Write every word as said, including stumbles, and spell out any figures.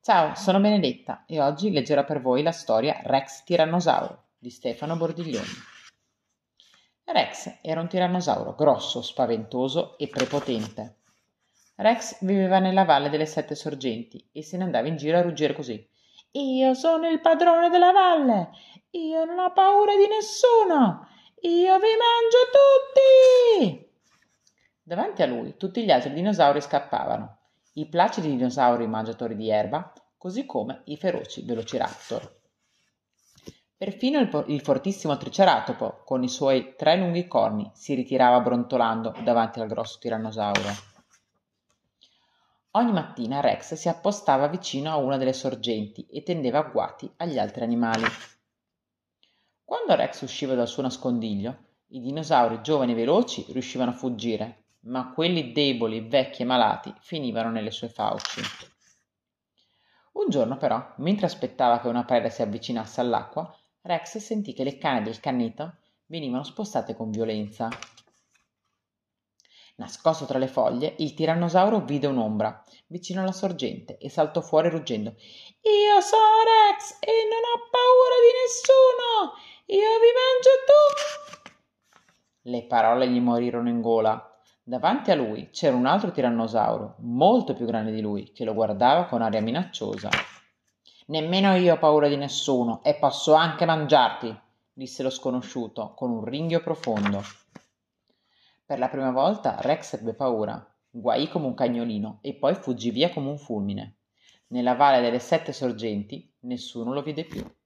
Ciao, sono Benedetta e oggi leggerò per voi la storia Rex Tirannosauro di Stefano Bordiglioni. Rex era un tirannosauro grosso, spaventoso e prepotente. Rex viveva nella valle delle sette sorgenti e se ne andava in giro a ruggire così. Io sono il padrone della valle, io non ho paura di nessuno, io vi mangio tutti! Davanti a lui tutti gli altri dinosauri scappavano, i placidi dinosauri mangiatori di erba, così come i feroci velociraptor. Perfino il, po- il fortissimo triceratopo, con i suoi tre lunghi corni, si ritirava brontolando davanti al grosso tirannosauro. Ogni mattina Rex si appostava vicino a una delle sorgenti e tendeva agguati agli altri animali. Quando Rex usciva dal suo nascondiglio, i dinosauri giovani e veloci riuscivano a fuggire, ma quelli deboli, vecchi e malati finivano nelle sue fauci. Un giorno però, mentre aspettava che una preda si avvicinasse all'acqua, Rex sentì che le canne del canneto venivano spostate con violenza. Nascosto tra le foglie, il tirannosauro vide un'ombra vicino alla sorgente e saltò fuori ruggendo. Io sono Rex e non ho paura di nessuno! Io vi mangio tutti! Le parole gli morirono in gola. Davanti a lui c'era un altro tirannosauro, molto più grande di lui, che lo guardava con aria minacciosa. Nemmeno io ho paura di nessuno e posso anche mangiarti, disse lo sconosciuto con un ringhio profondo. Per la prima volta Rex ebbe paura, guaì come un cagnolino e poi fuggì via come un fulmine. Nella valle delle sette sorgenti nessuno lo vide più.